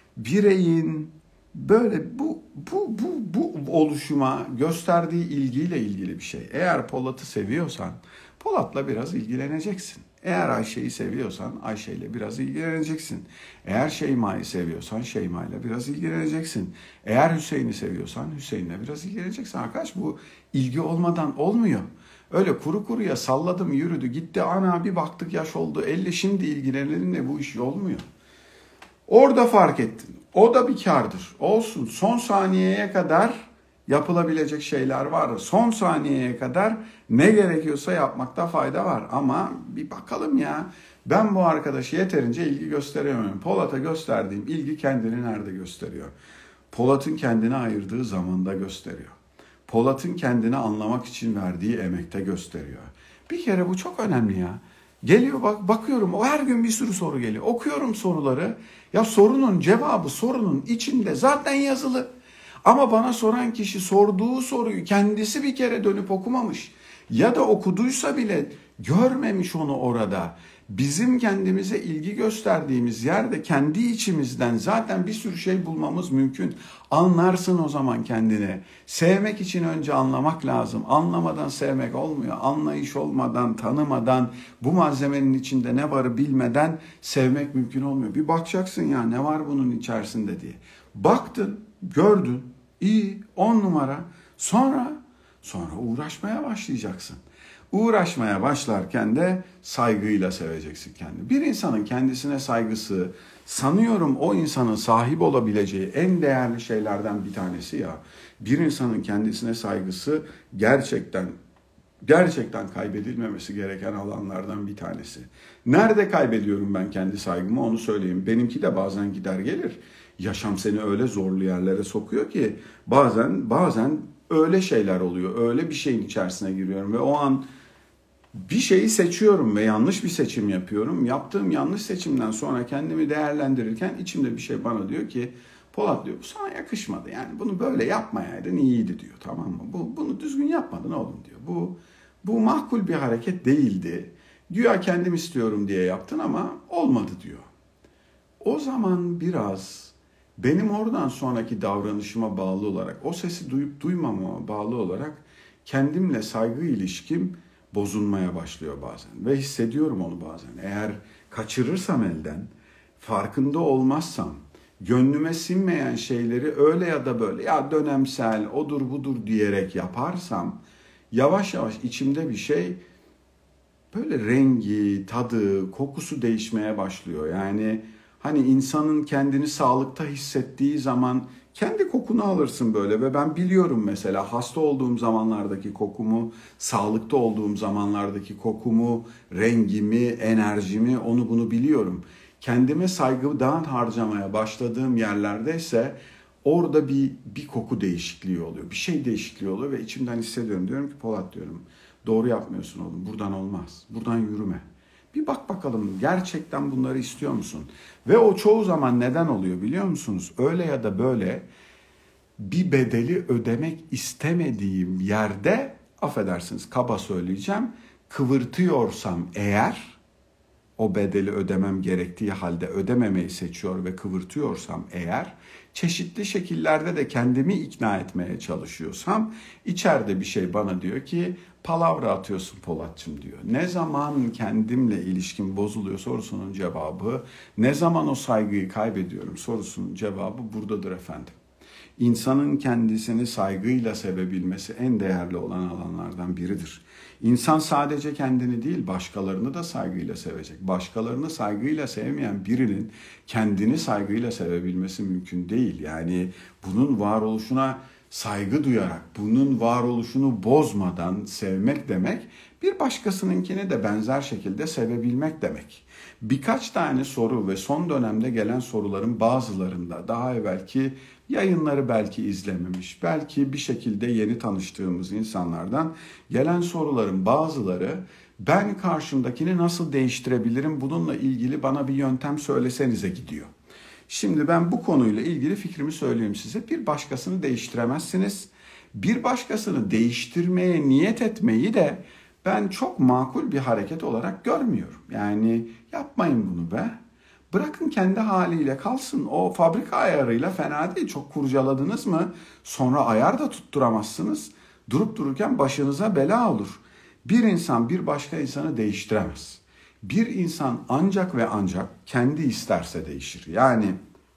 bireyin böyle bu bu bu bu oluşuma gösterdiği ilgiyle ilgili bir şey. Eğer Polat'ı seviyorsan Polat'la biraz ilgileneceksin. Eğer Ayşe'yi seviyorsan Ayşe'yle biraz ilgileneceksin. Eğer Şeyma'yı seviyorsan Şeyma'yla biraz ilgileneceksin. Eğer Hüseyin'i seviyorsan Hüseyin'le biraz ilgileneceksin. Arkadaş bu ilgi olmadan olmuyor. Öyle kuru kuruya salladım yürüdü gitti ana bir baktık yaş oldu elli şimdi ilgilenelim bu iş olmuyor. Orada fark ettin. O da bir kârdır. Olsun son saniyeye kadar yapılabilecek şeyler var. Son saniyeye kadar ne gerekiyorsa yapmakta fayda var. Ama bir bakalım ya. Ben bu arkadaşı yeterince ilgi gösteremiyorum. Polat'a gösterdiğim ilgi kendini nerede gösteriyor? Polat'ın kendine ayırdığı zamanda gösteriyor. Polat'ın kendini anlamak için verdiği emekte gösteriyor. Bir kere bu çok önemli ya. Geliyor bak bakıyorum o her gün bir sürü soru geliyor. Okuyorum soruları. Ya sorunun cevabı sorunun içinde zaten yazılı. Ama bana soran kişi sorduğu soruyu kendisi bir kere dönüp okumamış. Ya da okuduysa bile görmemiş onu orada. Bizim kendimize ilgi gösterdiğimiz yerde kendi içimizden zaten bir sürü şey bulmamız mümkün. Anlarsın o zaman kendini. Sevmek için önce anlamak lazım. Anlamadan sevmek olmuyor. Anlayış olmadan, tanımadan, bu malzemenin içinde ne varı bilmeden sevmek mümkün olmuyor. Bir bakacaksın ya ne var bunun içerisinde diye. Baktın, gördün, iyi, on numara. Sonra, sonra uğraşmaya başlayacaksın. Uğraşmaya başlarken de saygıyla seveceksin kendini. Bir insanın kendisine saygısı, sanıyorum o insanın sahip olabileceği en değerli şeylerden bir tanesi ya. Bir insanın kendisine saygısı gerçekten, gerçekten kaybedilmemesi gereken alanlardan bir tanesi. Nerede kaybediyorum ben kendi saygımı onu söyleyeyim. Benimki de bazen gider gelir. Yaşam seni öyle zorlu yerlere sokuyor ki bazen bazen öyle şeyler oluyor. Öyle bir şeyin içerisine giriyorum ve o an bir şeyi seçiyorum ve yanlış bir seçim yapıyorum. Yaptığım yanlış seçimden sonra kendimi değerlendirirken içimde bir şey bana diyor ki Polat diyor bu sana yakışmadı. Yani bunu böyle yapmayaydın iyiydi diyor, tamam mı? Bu, bunu düzgün yapmadın oğlum diyor. Bu, bu makul bir hareket değildi. Güya kendim istiyorum diye yaptın ama olmadı diyor. O zaman biraz benim oradan sonraki davranışıma bağlı olarak, o sesi duyup duymamama bağlı olarak kendimle saygı ilişkim bozulmaya başlıyor bazen. Ve hissediyorum onu bazen. Eğer kaçırırsam elden, farkında olmazsam, gönlüme sinmeyen şeyleri öyle ya da böyle, ya dönemsel, odur budur diyerek yaparsam, yavaş yavaş içimde bir şey, böyle rengi, tadı, kokusu değişmeye başlıyor. Yani hani insanın kendini sağlıkta hissettiği zaman kendi kokunu alırsın böyle ve ben biliyorum mesela hasta olduğum zamanlardaki kokumu, sağlıkta olduğum zamanlardaki kokumu, rengimi, enerjimi, onu bunu biliyorum. Kendime saygıdan harcamaya başladığım yerlerde ise orada bir bir koku değişikliği oluyor. Bir şey değişikliği oluyor ve içimden hissediyorum. Diyorum ki Polat diyorum, doğru yapmıyorsun oğlum. Buradan olmaz. Buradan yürüme. Bir bak bakalım gerçekten bunları istiyor musun? Ve o çoğu zaman neden oluyor biliyor musunuz? Öyle ya da böyle bir bedeli ödemek istemediğim yerde, affedersiniz kaba söyleyeceğim, kıvırtıyorsam eğer, o bedeli ödemem gerektiği halde ödememeyi seçiyor ve kıvırtıyorsam eğer, çeşitli şekillerde de kendimi ikna etmeye çalışıyorsam, içeride bir şey bana diyor ki palavra atıyorsun Polatçım diyor. Ne zaman kendimle ilişkim bozuluyor sorusunun cevabı, ne zaman o saygıyı kaybediyorum sorusunun cevabı buradadır efendim. İnsanın kendisini saygıyla sevebilmesi en değerli olan alanlardan biridir. İnsan sadece kendini değil, başkalarını da saygıyla sevecek. Başkalarını saygıyla sevmeyen birinin kendini saygıyla sevebilmesi mümkün değil. Yani bunun varoluşuna saygı duyarak, bunun varoluşunu bozmadan sevmek demek, bir başkasınınkini de benzer şekilde sevebilmek demek. Birkaç tane soru ve son dönemde gelen soruların bazılarında daha evvelki yayınları belki izlememiş, belki bir şekilde yeni tanıştığımız insanlardan gelen soruların bazıları, ben karşımdakini nasıl değiştirebilirim, bununla ilgili bana bir yöntem söylesenize gidiyor. Şimdi ben bu konuyla ilgili fikrimi söyleyeyim size. Bir başkasını değiştiremezsiniz. Bir başkasını değiştirmeye niyet etmeyi de ben çok makul bir hareket olarak görmüyorum. Yani yapmayın bunu be. Bırakın kendi haliyle kalsın. O fabrika ayarıyla fena değil. Çok kurcaladınız mı sonra ayar da tutturamazsınız. Durup dururken başınıza bela olur. Bir insan bir başka insanı değiştiremez. Bir insan ancak ve ancak kendi isterse değişir. Yani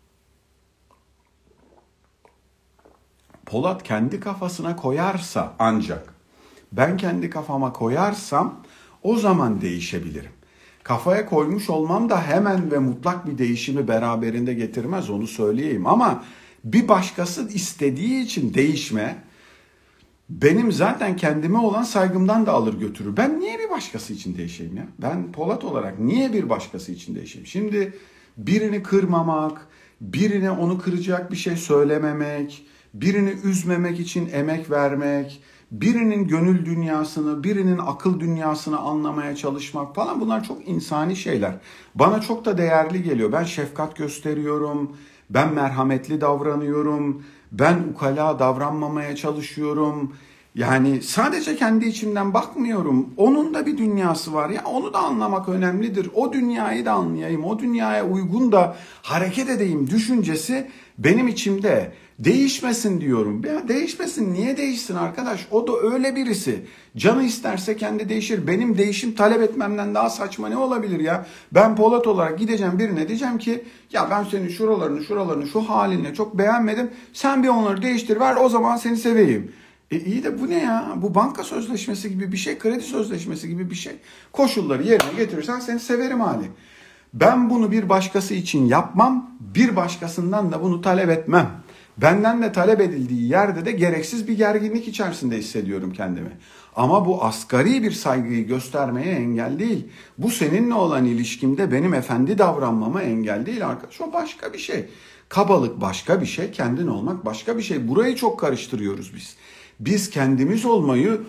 Polat kendi kafasına koyarsa ancak, ben kendi kafama koyarsam o zaman değişebilirim. Kafaya koymuş olmam da hemen ve mutlak bir değişimi beraberinde getirmez, onu söyleyeyim. Ama bir başkası istediği için değişme, benim zaten kendime olan saygımdan da alır götürür. Ben niye bir başkası için değişeyim ya? Ben Polat olarak niye bir başkası için değişeyim? Şimdi birini kırmamak, birine onu kıracak bir şey söylememek, birini üzmemek için emek vermek, birinin gönül dünyasını, birinin akıl dünyasını anlamaya çalışmak falan, bunlar çok insani şeyler. Bana çok da değerli geliyor. Ben şefkat gösteriyorum, ben merhametli davranıyorum, ben ukala davranmamaya çalışıyorum. Yani sadece kendi içimden bakmıyorum. Onun da bir dünyası var. Ya onu da anlamak önemlidir. O dünyayı da anlayayım. O dünyaya uygun da hareket edeyim düşüncesi benim içimde. Değişmesin diyorum. Ya değişmesin. Niye değişsin arkadaş? O da öyle birisi. Canı isterse kendi değişir. Benim değişim talep etmemden daha saçma ne olabilir ya? Ben Polat olarak gideceğim birine, diyeceğim ki ya ben senin şuralarını şuralarını şu halinle çok beğenmedim. Sen bir onları değiştir ver, o zaman seni seveyim. E iyi de bu ne ya? Bu banka sözleşmesi gibi bir şey, kredi sözleşmesi gibi bir şey. Koşulları yerine getirirsen seni severim hali. Ben bunu bir başkası için yapmam, bir başkasından da bunu talep etmem. Benden de talep edildiği yerde de gereksiz bir gerginlik içerisinde hissediyorum kendimi. Ama bu asgari bir saygıyı göstermeye engel değil. Bu seninle olan ilişkimde benim efendi davranmama engel değil arkadaş. O başka bir şey. Kabalık başka bir şey, kendin olmak başka bir şey. Burayı çok karıştırıyoruz biz. Biz kendimiz olmayı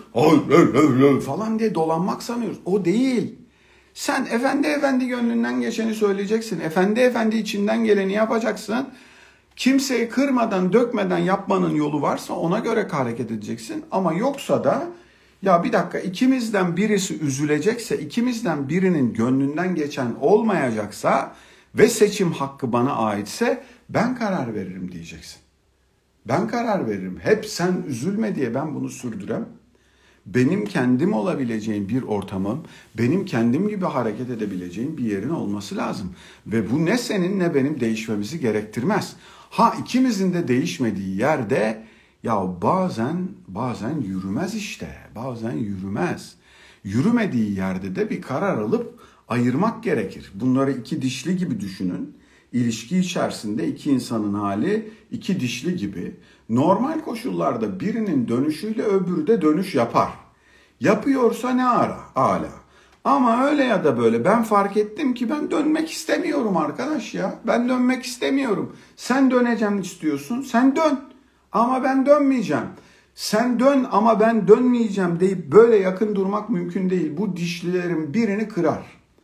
falan diye dolanmak sanıyoruz. O değil. Sen efendi efendi gönlünden geçeni söyleyeceksin. Efendi efendi içinden geleni yapacaksın. Kimseyi kırmadan, dökmeden yapmanın yolu varsa ona göre hareket edeceksin. Ama yoksa da ya bir dakika, ikimizden birisi üzülecekse, ikimizden birinin gönlünden geçen olmayacaksa ve seçim hakkı bana aitse ben karar veririm diyeceksin. Ben karar veririm. Hep sen üzülme diye ben bunu sürdürem. Benim kendim olabileceğim bir ortamım, benim kendim gibi hareket edebileceğim bir yerin olması lazım. Ve bu ne senin ne benim değişmemizi gerektirmez. Ha ikimizin de değişmediği yerde ya bazen bazen yürümez işte. Bazen yürümez. Yürümediği yerde de bir karar alıp ayırmak gerekir. Bunları iki dişli gibi düşünün. İlişki içerisinde iki insanın hali iki dişli gibi. Normal koşullarda birinin dönüşüyle öbürü de dönüş yapar. Yapıyorsa ne ara? Âlâ. Ama öyle ya da böyle ben fark ettim ki ben dönmek istemiyorum arkadaş ya. Ben dönmek istemiyorum. Sen döneceğim istiyorsun. Sen dön. Ama ben dönmeyeceğim. Sen dön ama ben dönmeyeceğim deyip böyle yakın durmak mümkün değil. Bu dişlilerin birini kırar.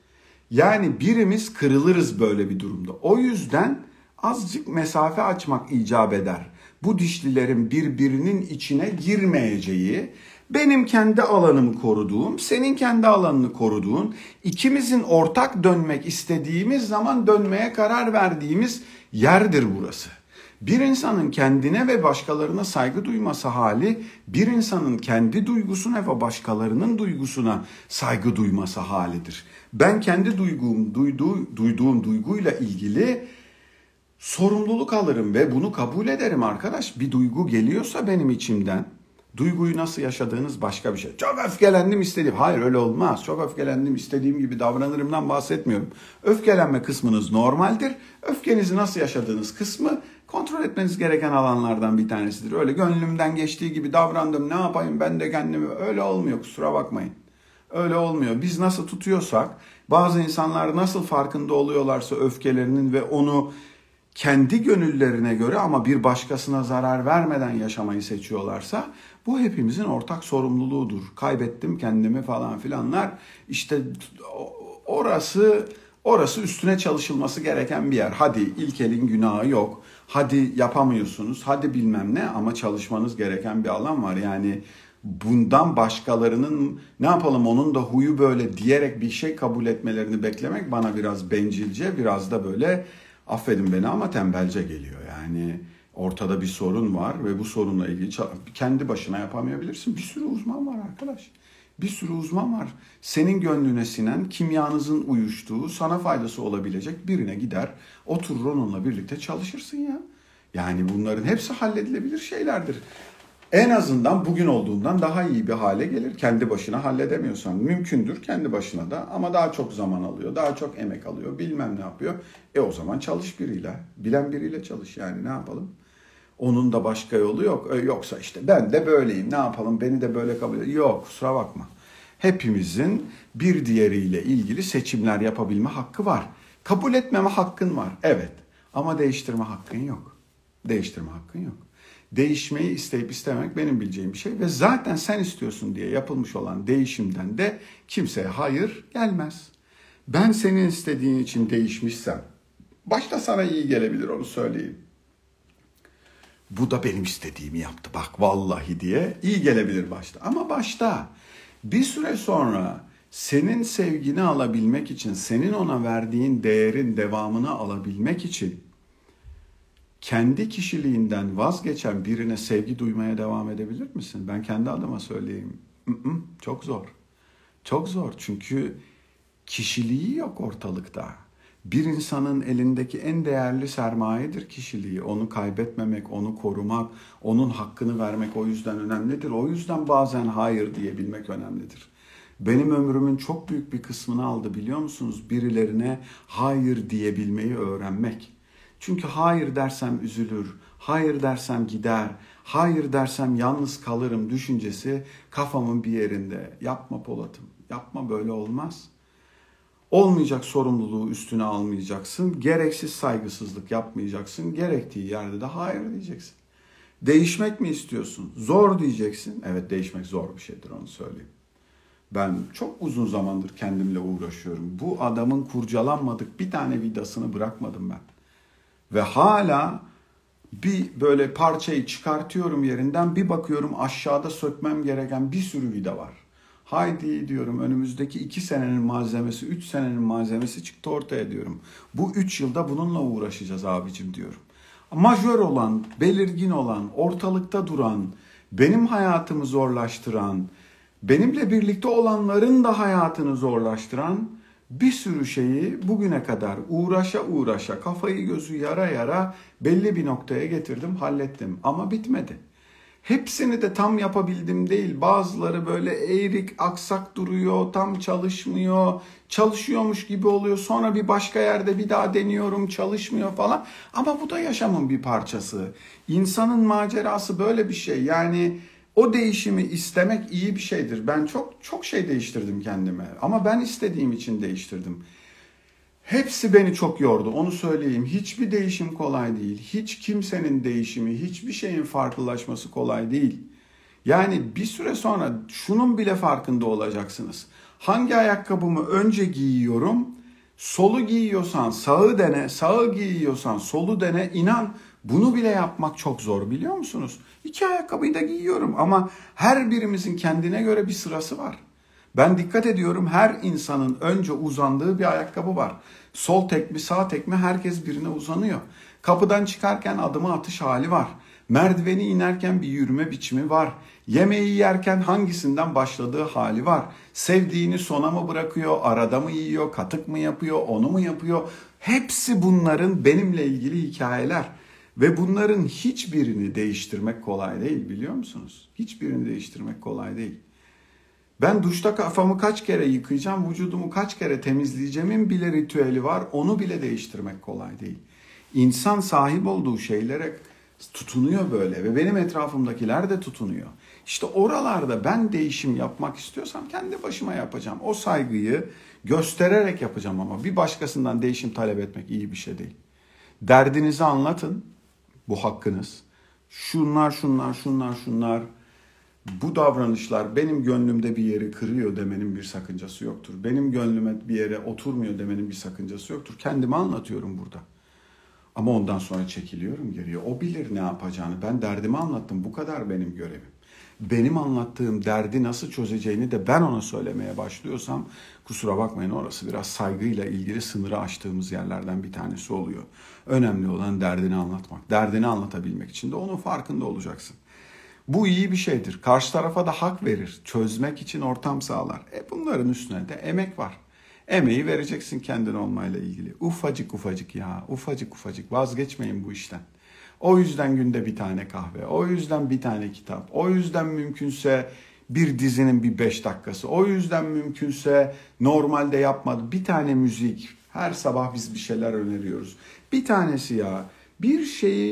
Yani birimiz kırılırız böyle bir durumda. O yüzden azıcık mesafe açmak icap eder. Bu dişlilerin birbirinin içine girmeyeceği, benim kendi alanımı koruduğum, senin kendi alanını koruduğun, ikimizin ortak dönmek istediğimiz zaman dönmeye karar verdiğimiz yerdir burası. Bir insanın kendine ve başkalarına saygı duyması hali, bir insanın kendi duygusuna ve başkalarının duygusuna saygı duyması halidir. Ben kendi duyduğum, duyduğu, duyduğum duyguyla ilgili sorumluluk alırım ve bunu kabul ederim arkadaş. Bir duygu geliyorsa benim içimden, duyguyu nasıl yaşadığınız başka bir şey. Çok öfkelendim istediğim. Hayır öyle olmaz. Çok öfkelendim istediğim gibi davranırımdan bahsetmiyorum. Öfkelenme kısmınız normaldir. Öfkenizi nasıl yaşadığınız kısmı kontrol etmeniz gereken alanlardan bir tanesidir. Öyle gönlümden geçtiği gibi davrandım, ne yapayım ben de kendimi, öyle olmuyor, kusura bakmayın. Öyle olmuyor. Biz nasıl tutuyorsak, bazı insanlar nasıl farkında oluyorlarsa öfkelerinin ve onu kendi gönüllerine göre ama bir başkasına zarar vermeden yaşamayı seçiyorlarsa bu hepimizin ortak sorumluluğudur. Kaybettim kendimi falan filanlar. İşte orası orası üstüne çalışılması gereken bir yer. Hadi ilk elin günahı yok. Hadi yapamıyorsunuz. Hadi bilmem ne, ama çalışmanız gereken bir alan var. Yani bundan başkalarının ne yapalım onun da huyu böyle diyerek bir şey kabul etmelerini beklemek bana biraz bencilce, biraz da böyle, affedin beni ama tembelce geliyor. Yani ortada bir sorun var ve bu sorunla ilgili kendi başına yapamayabilirsin. Bir sürü uzman var arkadaş. Bir sürü uzman var. Senin gönlüne sinen, kimyanızın uyuştuğu, sana faydası olabilecek birine gider, oturur onunla birlikte çalışırsın ya. Yani bunların hepsi halledilebilir şeylerdir. En azından bugün olduğundan daha iyi bir hale gelir. Kendi başına halledemiyorsan mümkündür kendi başına da, ama daha çok zaman alıyor, daha çok emek alıyor, bilmem ne yapıyor. E o zaman çalış biriyle, bilen biriyle çalış, yani ne yapalım? Onun da başka yolu yok. E, yoksa işte ben de böyleyim, ne yapalım, beni de böyle kabul ediyor. Yok, kusura bakma. Hepimizin bir diğeriyle ilgili seçimler yapabilme hakkı var. Kabul etmeme hakkın var, evet. Ama değiştirme hakkın yok. Değiştirme hakkın yok. Değişmeyi isteyip istemek benim bileceğim bir şey. Ve zaten sen istiyorsun diye yapılmış olan değişimden de kimseye hayır gelmez. Ben senin istediğin için değişmişsem, başta sana iyi gelebilir, onu söyleyeyim. Bu da benim istediğimi yaptı bak vallahi diye iyi gelebilir başta. Ama başta bir süre sonra senin sevgini alabilmek için, senin ona verdiğin değerin devamını alabilmek için kendi kişiliğinden vazgeçen birine sevgi duymaya devam edebilir misin? Ben kendi adıma söyleyeyim. Çok zor. Çok zor çünkü kişiliği yok ortalıkta. Bir insanın elindeki en değerli sermayedir kişiliği. Onu kaybetmemek, onu korumak, onun hakkını vermek o yüzden önemlidir. O yüzden bazen hayır diyebilmek önemlidir. Benim ömrümün çok büyük bir kısmını aldı biliyor musunuz? Birilerine hayır diyebilmeyi öğrenmek. Çünkü hayır dersem üzülür, hayır dersem gider, hayır dersem yalnız kalırım düşüncesi kafamın bir yerinde. Yapma Polat'ım, yapma, böyle olmaz. Olmayacak sorumluluğu üstüne almayacaksın, gereksiz saygısızlık yapmayacaksın, gerektiği yerde de hayır diyeceksin. Değişmek mi istiyorsun? Zor diyeceksin. Evet, değişmek zor bir şeydir, onu söyleyeyim. Ben çok uzun zamandır kendimle uğraşıyorum. Bu adamın kurcalanmadık bir tane vidasını bırakmadım ben. Ve hala bir böyle parçayı çıkartıyorum yerinden, bir bakıyorum aşağıda sökmem gereken bir sürü vida var. Haydi diyorum, önümüzdeki iki senenin malzemesi, üç senenin malzemesi çıktı ortaya diyorum. Bu üç yılda bununla uğraşacağız abicim diyorum. Majör olan, belirgin olan, ortalıkta duran, benim hayatımı zorlaştıran, benimle birlikte olanların da hayatını zorlaştıran bir sürü şeyi bugüne kadar uğraşa uğraşa, kafayı gözü yara yara belli bir noktaya getirdim, hallettim. Ama bitmedi. Hepsini de tam yapabildim değil. Bazıları böyle eğrik aksak duruyor, tam çalışmıyor, çalışıyormuş gibi oluyor. Sonra bir başka yerde bir daha deniyorum, çalışmıyor falan. Ama bu da yaşamın bir parçası. İnsanın macerası böyle bir şey. Yani o değişimi istemek iyi bir şeydir. Ben çok çok şey değiştirdim kendime. Ama ben istediğim için değiştirdim. Hepsi beni çok yordu, onu söyleyeyim. Hiçbir değişim kolay değil. Hiç kimsenin değişimi, hiçbir şeyin farklılaşması kolay değil. Yani bir süre sonra şunun bile farkında olacaksınız. Hangi ayakkabımı önce giyiyorum? Solu giyiyorsan sağı dene, sağı giyiyorsan solu dene. İnan bunu bile yapmak çok zor, biliyor musunuz? İki ayakkabıyı da giyiyorum ama her birimizin kendine göre bir sırası var. Ben dikkat ediyorum, her insanın önce uzandığı bir ayakkabı var. Sol tek mi sağ tek mi, herkes birine uzanıyor. Kapıdan çıkarken adımı atış hali var. Merdiveni inerken bir yürüme biçimi var. Yemeği yerken hangisinden başladığı hali var. Sevdiğini sona mı bırakıyor, arada mı yiyor, katık mı yapıyor, onu mu yapıyor? Hepsi bunların benimle ilgili hikayeler. Ve bunların hiçbirini değiştirmek kolay değil, biliyor musunuz? Hiçbirini değiştirmek kolay değil. Ben duşta kafamı kaç kere yıkayacağım, vücudumu kaç kere temizleyeceğimin bile ritüeli var. Onu bile değiştirmek kolay değil. İnsan sahip olduğu şeylere tutunuyor böyle ve benim etrafımdakiler de tutunuyor. İşte oralarda ben değişim yapmak istiyorsam kendi başıma yapacağım. O saygıyı göstererek yapacağım ama bir başkasından değişim talep etmek iyi bir şey değil. Derdinizi anlatın, bu hakkınız. Şunlar, şunlar, şunlar, şunlar. Bu davranışlar benim gönlümde bir yeri kırıyor demenin bir sakıncası yoktur. Benim gönlüme bir yere oturmuyor demenin bir sakıncası yoktur. Kendime anlatıyorum burada. Ama ondan sonra çekiliyorum geriye. O bilir ne yapacağını. Ben derdimi anlattım. Bu kadar benim görevim. Benim anlattığım derdi nasıl çözeceğini de ben ona söylemeye başlıyorsam kusura bakmayın, orası biraz saygıyla ilgili sınırı aştığımız yerlerden bir tanesi oluyor. Önemli olan derdini anlatmak. Derdini anlatabilmek için de onun farkında olacaksın. Bu iyi bir şeydir. Karşı tarafa da hak verir. Çözmek için ortam sağlar. E bunların üstüne de emek var. Emeği vereceksin kendin olmayla ilgili. Ufacık ufacık ya, ufacık ufacık. Vazgeçmeyin bu işten. O yüzden günde bir tane kahve, o yüzden bir tane kitap, o yüzden mümkünse bir dizinin bir beş dakikası, o yüzden mümkünse normalde yapmadı bir tane müzik. Her sabah biz bir şeyler öneriyoruz. Bir tanesi ya, bir şeyi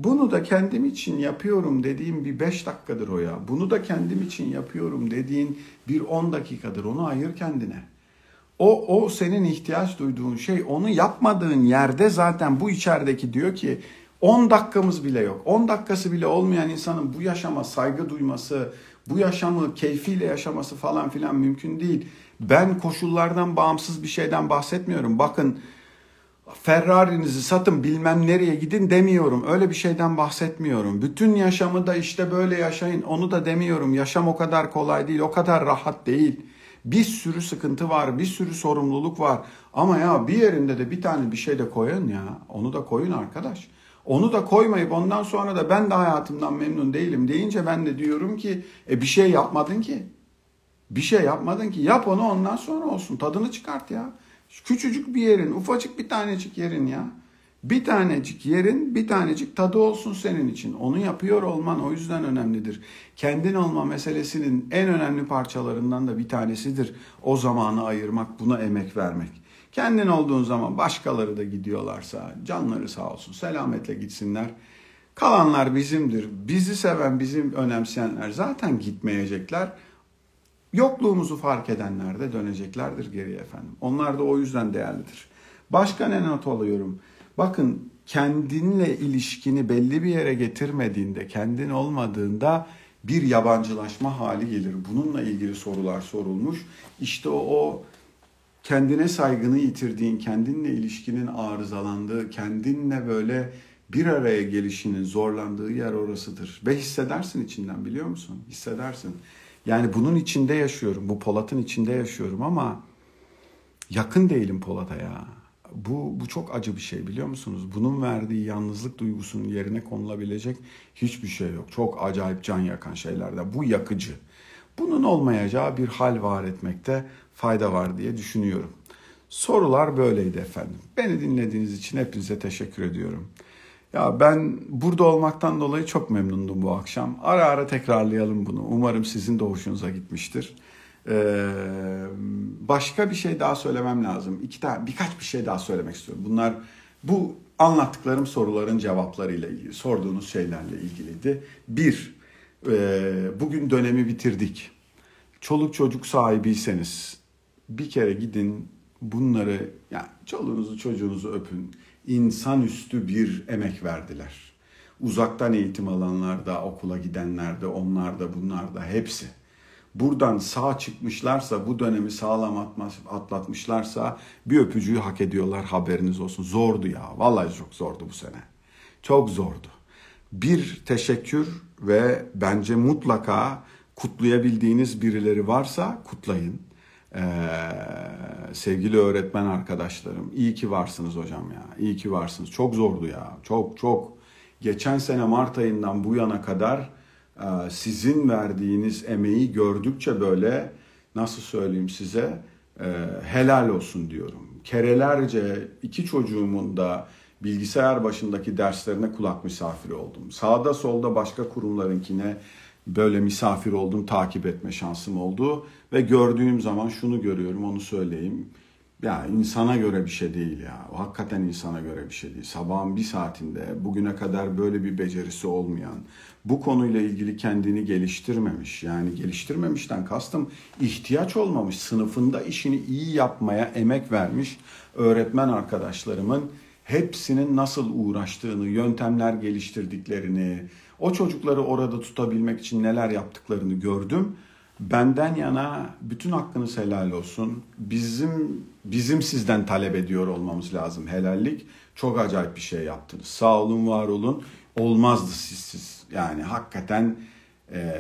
Bunu da kendim için yapıyorum dediğim bir beş dakikadır o ya. Bunu da kendim için yapıyorum dediğin bir on dakikadır. Onu ayır kendine. O, o senin ihtiyaç duyduğun şey, onu yapmadığın yerde zaten bu içerideki diyor ki on dakikamız bile yok. on dakikası bile olmayan insanın bu yaşama saygı duyması, bu yaşamı keyfiyle yaşaması falan filan mümkün değil. Ben koşullardan bağımsız bir şeyden bahsetmiyorum. Bakın, Ferrari'nizi satın bilmem nereye gidin demiyorum. Öyle bir şeyden bahsetmiyorum. Bütün yaşamı da işte böyle yaşayın onu da demiyorum. Yaşam o kadar kolay değil, o kadar rahat değil. Bir sürü sıkıntı var, bir sürü sorumluluk var. Ama ya bir yerinde de bir tane bir şey de koyun ya. Onu da koyun arkadaş. Onu da koymayıp ondan sonra da ben de hayatımdan memnun değilim deyince ben de diyorum ki e bir şey yapmadın ki. Bir şey yapmadın ki. Yap onu, ondan sonra olsun. Tadını çıkart ya. Küçücük bir yerin, ufacık bir tanecik yerin ya. Bir tanecik yerin, bir tanecik tadı olsun senin için. Onu yapıyor olman o yüzden önemlidir. Kendin olma meselesinin en önemli parçalarından da bir tanesidir. O zamanı ayırmak, buna emek vermek. Kendin olduğun zaman başkaları da gidiyorlarsa canları sağ olsun, selametle gitsinler. Kalanlar bizimdir. Bizi seven, bizim önemseyenler zaten gitmeyecekler. Yokluğumuzu fark edenler de döneceklerdir geriye efendim. Onlar da o yüzden değerlidir. Başka ne not alıyorum? Bakın, kendinle ilişkini belli bir yere getirmediğinde, kendin olmadığında bir yabancılaşma hali gelir. Bununla ilgili sorular sorulmuş. İşte o, o kendine saygını yitirdiğin, kendinle ilişkinin arızalandığı, kendinle böyle bir araya gelişinin zorlandığı yer orasıdır. Ve hissedersin içinden, biliyor musun? Hissedersin. Yani bunun içinde yaşıyorum, bu Polat'ın içinde yaşıyorum ama yakın değilim Polat'a ya. Bu, bu çok acı bir şey, biliyor musunuz? Bunun verdiği yalnızlık duygusunun yerine konulabilecek hiçbir şey yok. Çok acayip can yakan şeylerde. Bu yakıcı. Bunun olmayacağı bir hal var etmekte fayda var diye düşünüyorum. Sorular böyleydi efendim. Beni dinlediğiniz için hepinize teşekkür ediyorum. Ya ben burada olmaktan dolayı çok memnundum bu akşam. Ara ara tekrarlayalım bunu. Umarım sizin de hoşunuza gitmiştir. Ee, başka bir şey daha söylemem lazım. İki tane, birkaç bir şey daha söylemek istiyorum. Bunlar bu anlattıklarım soruların cevaplarıyla ilgili, sorduğunuz şeylerle ilgiliydi. Bir, e, bugün dönemi bitirdik. Çoluk çocuk sahibiyseniz bir kere gidin bunları, yani çoluğunuzu çocuğunuzu öpün. İnsanüstü bir emek verdiler. Uzaktan eğitim alanlar da, okula gidenler de, onlar da, bunlar da hepsi. Buradan sağ çıkmışlarsa, bu dönemi sağlam atlatmışlarsa bir öpücüğü hak ediyorlar, haberiniz olsun. Zordu ya, vallahi çok zordu bu sene. Çok zordu. Bir teşekkür ve bence mutlaka kutlayabildiğiniz birileri varsa kutlayın. Ee, sevgili öğretmen arkadaşlarım, iyi ki varsınız hocam ya, iyi ki varsınız. Çok zordu ya, çok çok. Geçen sene Mart ayından bu yana kadar e, sizin verdiğiniz emeği gördükçe böyle, nasıl söyleyeyim size, e, helal olsun diyorum. Kerelerce iki çocuğumun da bilgisayar başındaki derslerine kulak misafiri oldum. Sağda solda başka kurumlarınkine böyle misafir oldum, takip etme şansım oldu. Ve gördüğüm zaman şunu görüyorum, onu söyleyeyim. Ya insana göre bir şey değil ya. O hakikaten insana göre bir şey değil. Sabahın bir saatinde bugüne kadar böyle bir becerisi olmayan, bu konuyla ilgili kendini geliştirmemiş. Yani geliştirmemişten kastım ihtiyaç olmamış. Sınıfında işini iyi yapmaya emek vermiş öğretmen arkadaşlarımın hepsinin nasıl uğraştığını, yöntemler geliştirdiklerini, o çocukları orada tutabilmek için neler yaptıklarını gördüm. Benden yana bütün hakkınız helal olsun. Bizim bizim sizden talep ediyor olmamız lazım helallik. Çok acayip bir şey yaptınız. Sağ olun, var olun. Olmazdı sizsiz. Yani hakikaten e,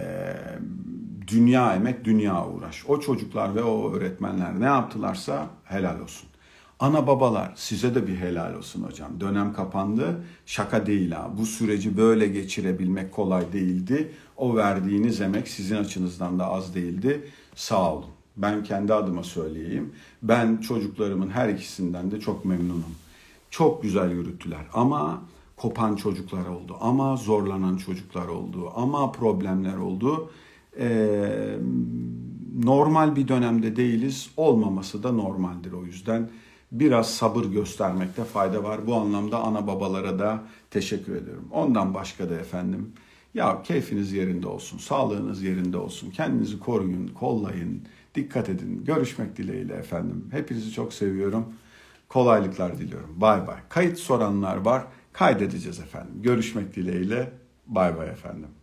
dünya emek, dünya uğraş. O çocuklar ve o öğretmenler ne yaptılarsa helal olsun. Ana babalar, size de bir helal olsun hocam. Dönem kapandı. Şaka değil ha. Bu süreci böyle geçirebilmek kolay değildi. O verdiğiniz emek sizin açınızdan da az değildi. Sağ olun. Ben kendi adıma söyleyeyim. Ben çocuklarımın her ikisinden de çok memnunum. Çok güzel yürüttüler ama kopan çocuklar oldu. Ama zorlanan çocuklar oldu. Ama problemler oldu. Ee, normal bir dönemde değiliz. Olmaması da normaldir o yüzden. biraz sabır göstermekte fayda var. Bu anlamda ana babalara da teşekkür ediyorum. Ondan başka da efendim, ya keyfiniz yerinde olsun, sağlığınız yerinde olsun, kendinizi koruyun, kollayın, dikkat edin. Görüşmek dileğiyle efendim. Hepinizi çok seviyorum. Kolaylıklar diliyorum. Bay bay. Kayıt soranlar var. Kaydedeceğiz efendim. Görüşmek dileğiyle. Bay bay efendim.